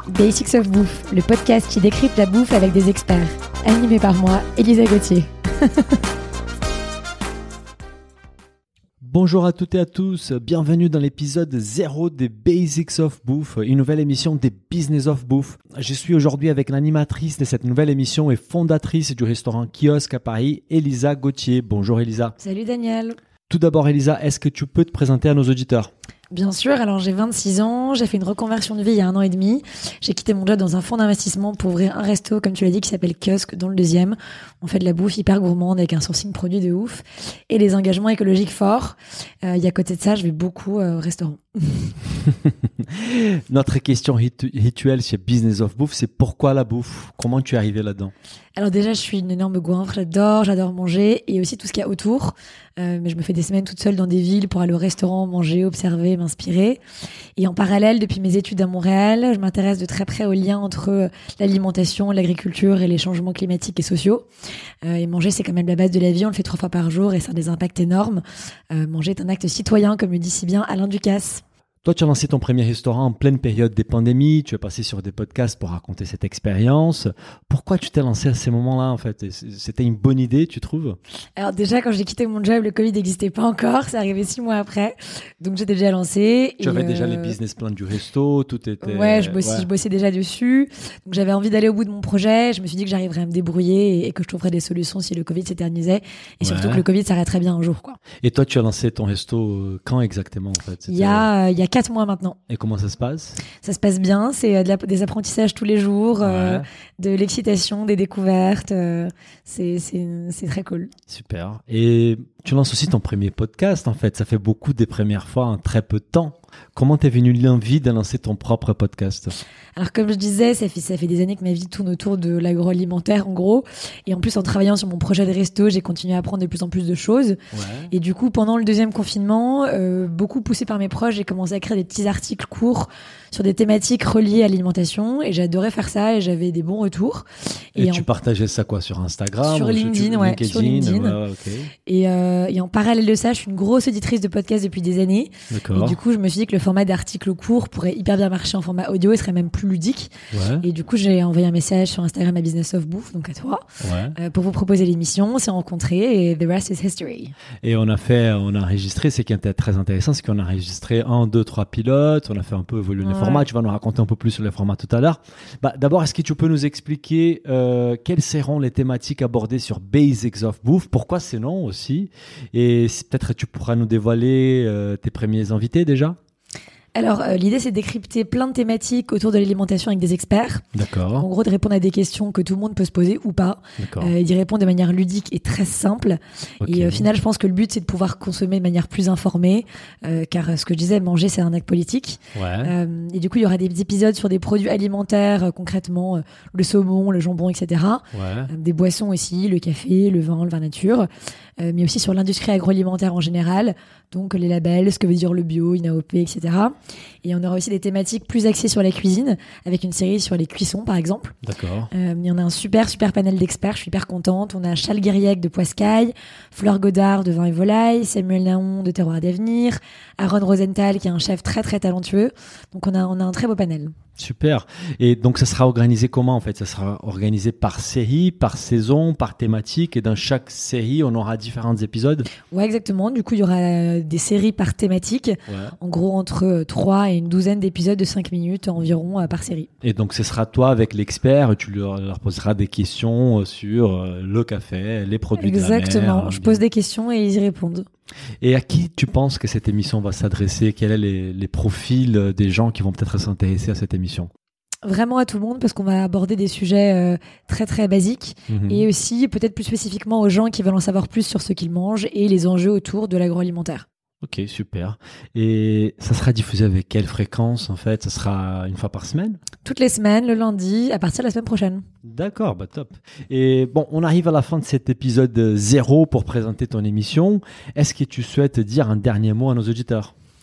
Basics of Bouffe, le podcast qui décrypte la bouffe avec des experts. Animé par moi, Elisa Gauthier. Bonjour à toutes et à tous, bienvenue dans l'épisode 0 des Basics of Bouffe, une nouvelle émission des Business of Bouffe. Je suis aujourd'hui avec l'animatrice de cette nouvelle émission et fondatrice du restaurant Kiosque à Paris, Elisa Gauthier. Bonjour Elisa. Salut Daniel. Tout d'abord Elisa, est-ce que tu peux te présenter à nos auditeurs ? Bien sûr, alors j'ai 26 ans, j'ai fait une reconversion de vie il y a 1 an et demi. J'ai quitté mon job dans un fonds d'investissement pour ouvrir un resto, comme tu l'as dit, qui s'appelle Kiosque dans le 2e. On fait de la bouffe hyper gourmande avec un sourcing produit de ouf et des engagements écologiques forts. Et à côté de ça, je vais beaucoup au restaurant. Notre question rituelle chez Business of Bouffe, c'est pourquoi la bouffe ? Comment tu es arrivé là-dedans ? Alors déjà, je suis une énorme goinfre, j'adore manger et aussi tout ce qu'il y a autour. Mais je me fais des semaines toute seule dans des villes pour aller au restaurant, manger, observer, m'inspirer. Et en parallèle, depuis mes études à Montréal, je m'intéresse de très près au lien entre l'alimentation, l'agriculture et les changements climatiques et sociaux. Et manger, c'est quand même la base de la vie, on le fait 3 fois par jour et ça a des impacts énormes. Manger est un acte citoyen, comme le dit si bien Alain Ducasse. Toi, tu as lancé ton premier restaurant en pleine période des pandémies, tu es passé sur des podcasts pour raconter cette expérience. Pourquoi tu t'es lancé à ces moments-là, en fait ? C'était une bonne idée, tu trouves ? Alors déjà, quand j'ai quitté mon job, le Covid n'existait pas encore, c'est arrivé 6 mois après, donc j'étais déjà lancée. Tu avais déjà les business plans du resto, tout était... Ouais, je bossais déjà dessus, donc j'avais envie d'aller au bout de mon projet, je me suis dit que j'arriverais à me débrouiller et que je trouverais des solutions si le Covid s'éternisait, et surtout que le Covid s'arrêterait bien un jour, quoi. Et toi, tu as lancé ton resto quand exactement, en fait ? Il y a 4 mois maintenant. Et comment ça se passe ? Ça se passe bien, c'est des apprentissages tous les jours, de l'excitation, des découvertes, c'est très cool. Super. Et tu lances aussi ton premier podcast, en fait. Ça fait beaucoup des premières fois en très peu de temps. Comment t'es venue l'envie de lancer ton propre podcast ? Alors comme je disais, ça fait des années que ma vie tourne autour de l'agroalimentaire en gros. Et en plus, en travaillant sur mon projet de resto, j'ai continué à apprendre de plus en plus de choses. Et du coup, pendant le 2e confinement, beaucoup poussé par mes proches, j'ai commencé à écrire des petits articles courts sur des thématiques reliées à l'alimentation. Et j'adorais faire ça et j'avais des bons retours. Et tu partageais ça quoi, sur Instagram ? Sur LinkedIn, sur LinkedIn. Et en parallèle de ça, je suis une grosse auditrice de podcasts depuis des années. D'accord. Et du coup, je me suis dit que le format d'articles courts pourrait hyper bien marcher en format audio et serait même plus ludique. Et du coup, j'ai envoyé un message sur Instagram à Business of Bouffe, donc à toi, pour vous proposer l'émission. On s'est rencontrés et the rest is history. Et on a enregistré, ce qui était très intéressant, c'est qu'on a enregistré 1, 2, 3 pilotes, on a fait un peu évoluer les formats. Tu vas nous raconter un peu plus sur les formats tout à l'heure. D'abord, est-ce que tu peux nous expliquer quelles seront les thématiques abordées sur Basics of Bouffe ? Pourquoi ces noms aussi ? Et peut-être tu pourras nous dévoiler tes premiers invités déjà ? Alors, l'idée, c'est de décrypter plein de thématiques autour de l'alimentation avec des experts. D'accord. En gros, de répondre à des questions que tout le monde peut se poser ou pas. Et d'y répondre de manière ludique et très simple. Et au final, je pense que le but, c'est de pouvoir consommer de manière plus informée. Car ce que je disais, manger, c'est un acte politique. Et du coup, il y aura des épisodes sur des produits alimentaires, concrètement, le saumon, le jambon, etc. Des boissons aussi, le café, le vin nature. Mais aussi sur l'industrie agroalimentaire en général. Donc, les labels, ce que veut dire le bio, INAOP, etc. Et on aura aussi des thématiques plus axées sur la cuisine, avec une série sur les cuissons, par exemple. D'accord. Il y en a un super panel d'experts, je suis hyper contente. On a Charles Guiriec de Poiscaille, Fleur Godard de Vin et Volaille, Samuel Naon de Terroir d'Avenir, Aaron Rosenthal qui est un chef très très talentueux. Donc on a un très beau panel. Super. Et donc ça sera organisé comment en fait ? Ça sera organisé par série, par saison, par thématique, et dans chaque série on aura différents épisodes ? Ouais, exactement. Du coup il y aura des séries par thématique, en gros entre 3 et une douzaine d'épisodes de 5 minutes environ par série. Et donc ce sera toi avec l'expert, tu leur poseras des questions sur le café, les produits de la mer. Exactement, je pose des questions et ils y répondent. Et à qui tu penses que cette émission va s'adresser ? Quels sont les profils des gens qui vont peut-être s'intéresser à cette émission ? Vraiment à tout le monde, parce qu'on va aborder des sujets très très basiques et aussi peut-être plus spécifiquement aux gens qui veulent en savoir plus sur ce qu'ils mangent et les enjeux autour de l'agroalimentaire. Ok, super. Et ça sera diffusé avec quelle fréquence en fait ? Ça sera une fois par semaine ? Toutes les semaines, le lundi, à partir de la semaine prochaine. D'accord, top. Et bon, on arrive à la fin de cet épisode 0 pour présenter ton émission. Est-ce que tu souhaites dire un dernier mot à nos auditeurs ?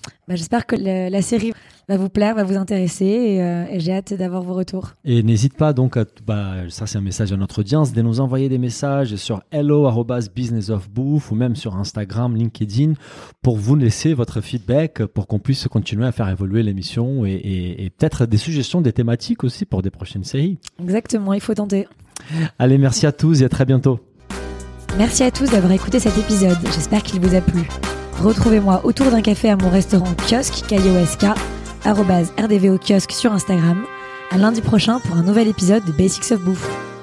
J'espère que la série va vous plaire, va vous intéresser et j'ai hâte d'avoir vos retours. Et n'hésite pas donc, ça c'est un message à notre audience, de nous envoyer des messages sur hello@businessofbouffe ou même sur Instagram, LinkedIn pour vous laisser votre feedback pour qu'on puisse continuer à faire évoluer l'émission et peut-être des suggestions, des thématiques aussi pour des prochaines séries. Exactement, il faut tenter. Allez, merci à tous et à très bientôt. Merci à tous d'avoir écouté cet épisode, j'espère qu'il vous a plu. Retrouvez-moi autour d'un café à mon restaurant Kiosque, KIOSK, @RDVO Kiosque sur Instagram. À lundi prochain pour un nouvel épisode de Basics of Bouffe.